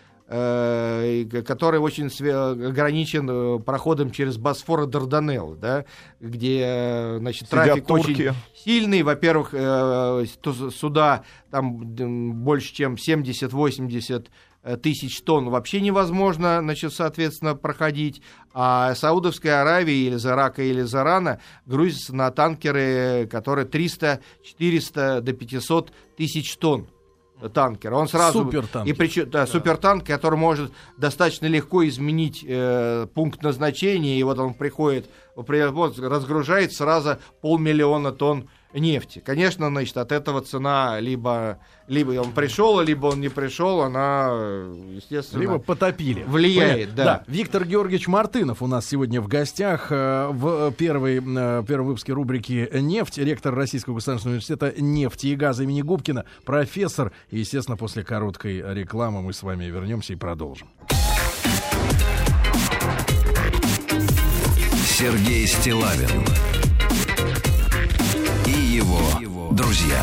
Speaker 5: э, который очень све- ограничен э, проходом через Босфор и Дарданеллы, да, где э, значит, трафик турки. Очень сильный. Во-первых, э, суда там больше, чем семьдесят-восемьдесят тысяч тонн вообще невозможно, значит, соответственно, проходить. А Саудовская Аравия или из Ирака, или из Ирана грузятся на танкеры, которые триста-четыреста до пятисот тысяч тонн. Танкер. Он сразу...
Speaker 3: Супертанкер.
Speaker 5: И причем, да, да. Супертанкер, который может достаточно легко изменить э, пункт назначения, и вот он приходит, вот, разгружает сразу полмиллиона тонн нефти. Конечно, значит, от этого цена либо, либо он пришел, либо он не пришел, она, естественно,
Speaker 3: либо потопили.
Speaker 5: Влияет, да.
Speaker 3: да. Виктор Георгиевич Мартынов у нас сегодня в гостях в первой, первом выпуске рубрики «Нефть», ректор Российского государственного университета нефти и газа имени Губкина, профессор. И, естественно, после короткой рекламы мы с вами вернемся и продолжим.
Speaker 1: Сергей Стиллавин и его друзья.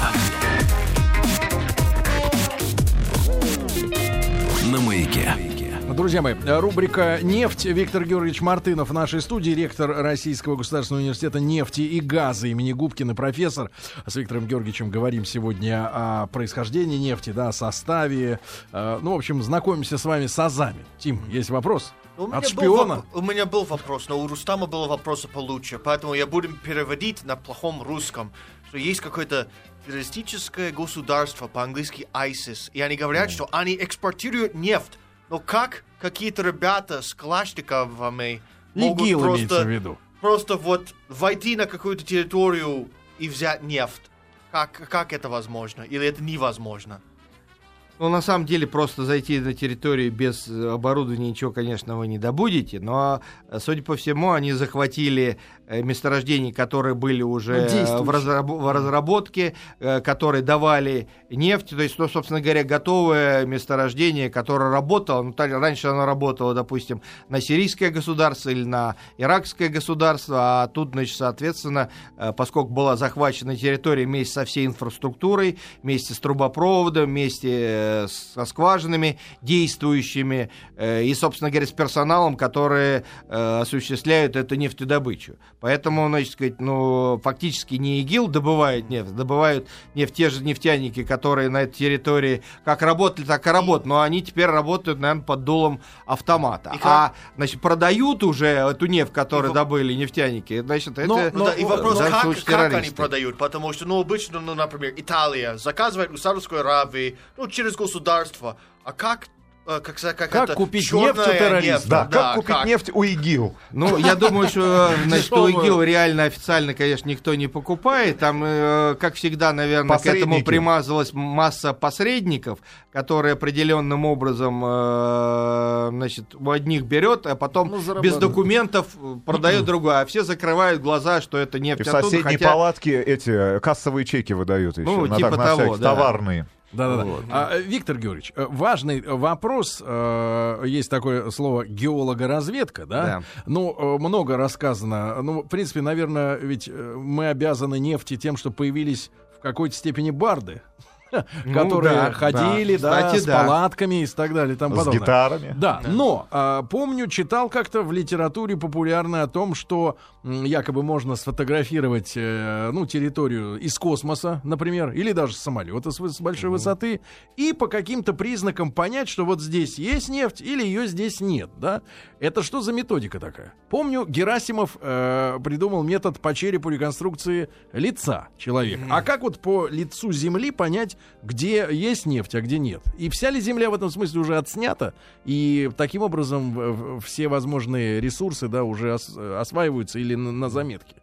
Speaker 1: На маяке.
Speaker 3: Друзья мои, рубрика «Нефть». Виктор Георгиевич Мартынов в нашей студии, ректор Российского государственного университета нефти и газа имени Губкина, профессор. С Виктором Георгиевичем говорим сегодня о происхождении нефти, да, о составе. Ну, в общем, знакомимся с вами с азами. Тим, есть вопрос?
Speaker 6: У
Speaker 3: От шпиона?
Speaker 6: Был, у меня был вопрос, но у Рустама был вопрос получше, поэтому я буду переводить на плохом русском, что есть какое-то террористическое государство, по-английски айсис, и они говорят, mm. что они экспортируют нефть. Но как какие-то ребята с калашниковыми могут
Speaker 3: ИГИЛ
Speaker 6: просто,
Speaker 3: имеется в виду.
Speaker 6: просто вот войти на какую-то территорию и взять нефть? Как, как это возможно? Или это невозможно?
Speaker 5: Ну, на самом деле, просто зайти на территорию без оборудования ничего, конечно, вы не добудете, но, судя по всему, они захватили месторождения, которые были уже в, разраб- в разработке, которые давали нефть, то есть, ну, собственно говоря, готовое месторождение, которое работало, ну, раньше оно работало, допустим, на сирийское государство или на иракское государство, а тут, значит, соответственно, поскольку была захвачена территория вместе со всей инфраструктурой, вместе с трубопроводом, вместе со скважинами действующими и, собственно говоря, с персоналом, которые осуществляют эту нефтедобычу. Поэтому, значит, сказать, ну, фактически не ИГИЛ добывает нефть, добывают нефть те же нефтяники, которые на этой территории как работали, так и работают, но они теперь работают, наверное, под дулом автомата. И а, значит, продают уже эту нефть, которую и добыли нефтяники, значит,
Speaker 6: но,
Speaker 5: это...
Speaker 6: Ну, да, и вопрос,
Speaker 5: да,
Speaker 6: как, как они продают, потому что, ну, обычно, ну, например, Италия заказывает у Саудовской Аравии, ну, через государство, а как... Как, как,
Speaker 3: как
Speaker 6: это,
Speaker 3: купить нефть у террористов?
Speaker 4: Да,
Speaker 6: да,
Speaker 4: как купить
Speaker 6: как?
Speaker 4: нефть у ИГИЛ?
Speaker 5: Ну, я думаю, что, значит, у ИГИЛ реально официально, конечно, никто не покупает. Там, как всегда, наверное, к этому примазалась масса посредников, которые определенным образом, значит, у одних берет, а потом ну, без документов продает другое. А все закрывают глаза, что это нефть
Speaker 4: И в
Speaker 5: оттуда.
Speaker 4: соседней
Speaker 5: хотя...
Speaker 4: палатке эти кассовые чеки выдают еще.
Speaker 5: Ну,
Speaker 4: на,
Speaker 5: типа
Speaker 4: так, на
Speaker 5: того,
Speaker 4: всякие,
Speaker 5: да.
Speaker 4: Товарные.
Speaker 3: Да-да-да.
Speaker 5: Вот.
Speaker 3: А, Виктор Георгиевич, важный вопрос. Есть такое слово геологоразведка, да? Да. Ну, много рассказано. Ну, в принципе, наверное, ведь мы обязаны нефти тем, что появились в какой-то степени барды. Ну, которые да, ходили, да, да, Кстати, с да. палатками и так далее, и тому
Speaker 4: с
Speaker 3: подобное.
Speaker 4: гитарами.
Speaker 3: Да, да. но а, помню, читал как-то в литературе популярно о том, что м, якобы можно сфотографировать, э, ну, территорию из космоса, например, или даже с самолета с, с большой mm-hmm. высоты, и по каким-то признакам понять, что вот здесь есть нефть или ее здесь нет, да? Это что за методика такая? Помню, Герасимов э, придумал метод по черепу реконструкции лица человека. Mm-hmm. А как вот по лицу Земли понять, где есть нефть, а где нет? И вся ли Земля в этом смысле уже отснята? И таким образом все возможные ресурсы, да, уже ос- осваиваются или на, на заметке?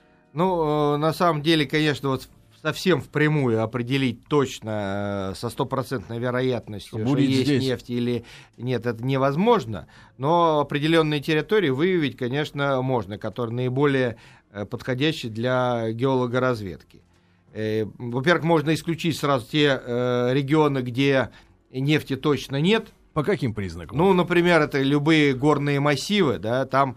Speaker 5: Ну, на самом деле, конечно, вот совсем впрямую определить точно со стопроцентной вероятностью, что, что есть здесь нефть или нет, это невозможно. Но определенные территории выявить, конечно, можно, которые наиболее подходящие для геологоразведки. Во-первых, можно исключить сразу те э, регионы, где нефти точно нет.
Speaker 3: По каким признакам?
Speaker 5: Ну, например, это любые горные массивы, да, там,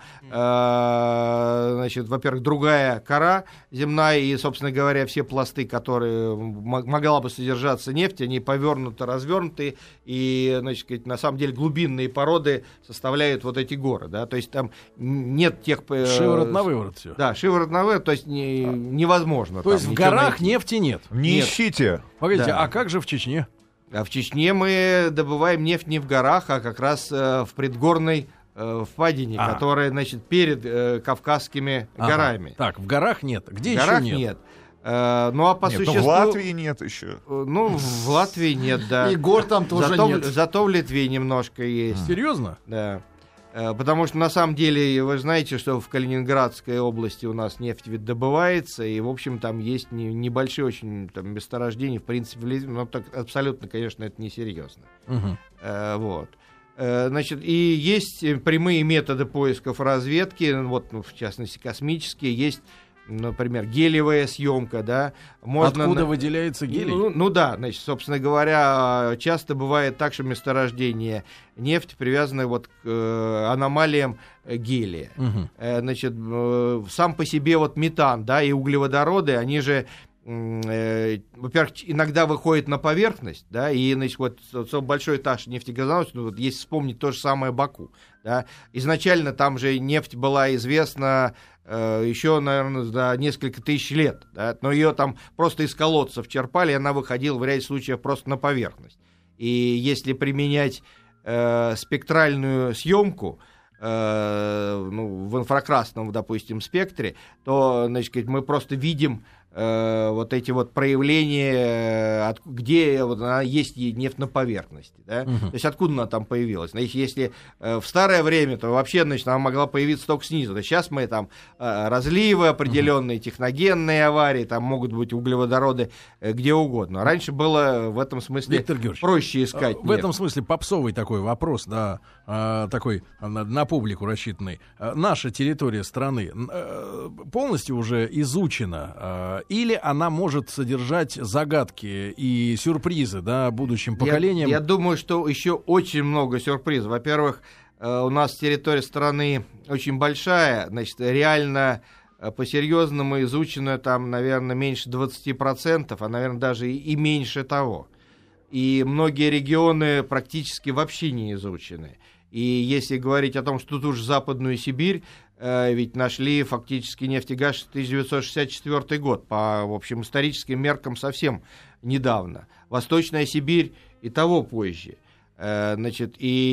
Speaker 5: э, значит, во-первых, другая кора земная, и, собственно говоря, все пласты, которые м- могла бы содержаться нефть, они повернуты, развернуты, и, значит, на самом деле глубинные породы составляют вот эти горы, да, то есть там нет тех... Э,
Speaker 3: шиворот на выворот все.
Speaker 5: Да, шиворот на выворот, то есть не, невозможно.
Speaker 3: То есть в горах найти. Нефти нет?
Speaker 4: Не
Speaker 5: нет.
Speaker 4: ищите.
Speaker 3: Погодите,
Speaker 5: да.
Speaker 3: а как же в Чечне?
Speaker 5: А в Чечне мы добываем нефть не в горах, а как раз э, в предгорной э, впадине, а. которая, значит, перед э, Кавказскими ага. горами.
Speaker 3: Так, в горах нет. Где
Speaker 5: в горах
Speaker 3: еще нет?
Speaker 5: нет. Э, ну, а по
Speaker 4: нет,
Speaker 5: существу...
Speaker 4: в Латвии нет еще.
Speaker 5: Э, ну, в Латвии нет, да.
Speaker 7: И гор там тоже
Speaker 5: зато,
Speaker 7: нет.
Speaker 5: Зато в Литве немножко есть.
Speaker 3: Серьезно?
Speaker 5: Да. Потому что, на самом деле, вы знаете, что в Калининградской области у нас нефть ведь добывается, и, в общем, там есть не, небольшие очень там, месторождения, в принципе, в Литве, но так, абсолютно, конечно, это несерьезно.
Speaker 3: Угу.
Speaker 5: Э, вот. Э, значит, и есть прямые методы поисков разведки, вот, ну, в частности, космические, есть, например, гелиевая съемка, да. Можно
Speaker 3: Откуда
Speaker 5: на...
Speaker 3: выделяется гелий?
Speaker 5: Ну, ну да, значит, собственно говоря, часто бывает так, что месторождение нефти привязано вот к э, аномалиям гелия.
Speaker 3: Угу.
Speaker 5: Э, значит, э, сам по себе вот метан, да, и углеводороды, они же э, во-первых, иногда выходит на поверхность, да, и, значит, вот, вот большой этаж нефтегазоносцев, ну, вот, если вспомнить то же самое Баку, да, изначально там же нефть была известна э, еще, наверное, за несколько тысяч лет, да, но ее там просто из колодцев черпали, и она выходила в ряде случаев просто на поверхность. И если применять э, спектральную съемку, э, ну, в инфракрасном, допустим, спектре, то, значит, мы просто видим э, вот эти вот проявления, от, где вот она есть нефть на поверхности, да? Uh-huh. То есть откуда она там появилась. Значит, если э, в старое время, то вообще, значит, она могла появиться только снизу. То сейчас мы там э, разливы определенные, uh-huh. техногенные аварии, там могут быть углеводороды э, где угодно. Раньше было в этом смысле проще искать
Speaker 3: в нефть. этом смысле попсовый такой вопрос, да, э, такой на, на публику рассчитанный. Э, наша территория страны э, полностью уже изучена, э, или она может содержать загадки и сюрпризы, да, будущим поколениям?
Speaker 5: Я, я думаю, что еще очень много сюрпризов. Во-первых, э, у нас территория страны очень большая, значит, реально э, по-серьезному изучено там, наверное, меньше двадцать процентов, а, наверное, даже и, и меньше того. И многие регионы практически вообще не изучены. И если говорить о том, что тут же Западную Сибирь, э, ведь нашли фактически нефть и газ в тысяча девятьсот шестьдесят четвёртый год, по, в общем, историческим меркам совсем недавно. Восточная Сибирь и того позже. Э, значит,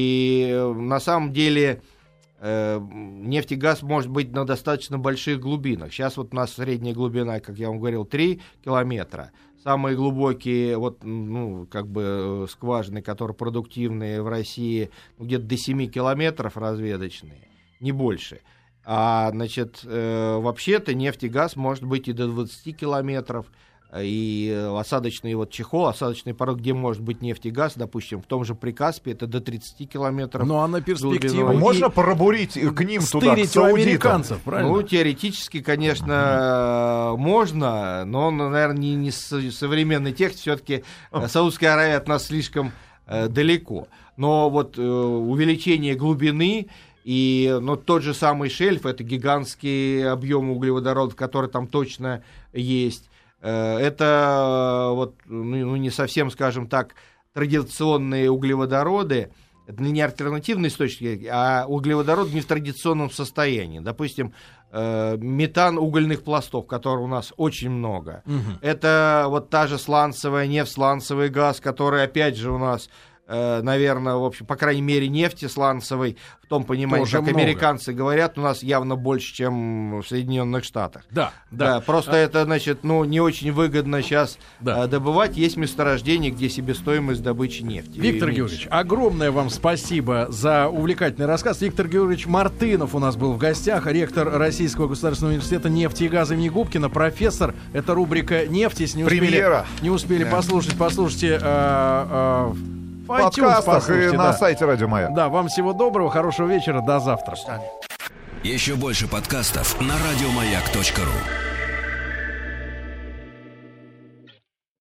Speaker 5: и на самом деле э, нефть и газ может быть на достаточно больших глубинах. Сейчас вот у нас средняя глубина, как я вам говорил, три километра. Самые глубокие, вот, ну, как бы скважины, которые продуктивные в России, ну, где-то до семи километров разведочные, не больше. А, значит, э, вообще-то нефть и газ может быть и до двадцати километров. И осадочный вот чехол, осадочный порог, где может быть нефть и газ, допустим, в том же Прикаспии, это до тридцати километров.
Speaker 3: Ну, а на перспективу
Speaker 4: можно пробурить к ним туда, к саудитам?
Speaker 3: Американцев, правильно?
Speaker 5: Ну, теоретически, конечно, mm-hmm. можно, но, наверное, не, не с современной техникой. Все-таки oh. Саудовская Аравия от нас слишком э, далеко. Но вот э, увеличение глубины и, ну, тот же самый шельф, это гигантские объемы углеводородов, которые там точно есть. Это вот, ну, не совсем, скажем так, традиционные углеводороды, это не альтернативные источники, а углеводороды не в традиционном состоянии. Допустим, метан угольных пластов, которых у нас очень много. Угу. Это вот та же сланцевая нефть, сланцевый газ, который, опять же, у нас, наверное, в общем, по крайней мере, нефти сланцевой, в том понимании, тоже как много. Американцы говорят, у нас явно больше, чем в Соединенных Штатах.
Speaker 3: Да, да.
Speaker 5: да просто а... это, значит, ну, не очень выгодно сейчас да. добывать. Есть месторождения, где себестоимость добычи нефти.
Speaker 3: Виктор Георгиевич, огромное вам спасибо за увлекательный рассказ. Виктор Георгиевич Мартынов у нас был в гостях, ректор Российского государственного университета нефти и газа имени Губкина, профессор. Это рубрика «Нефть». Если не успели, не успели да. послушать, послушайте... А, а,
Speaker 4: в подкастах и да. на сайте Радио Маяк.
Speaker 3: Да, вам всего доброго, хорошего вечера, до завтра.
Speaker 1: Еще больше подкастов на радиомаяк точка ру.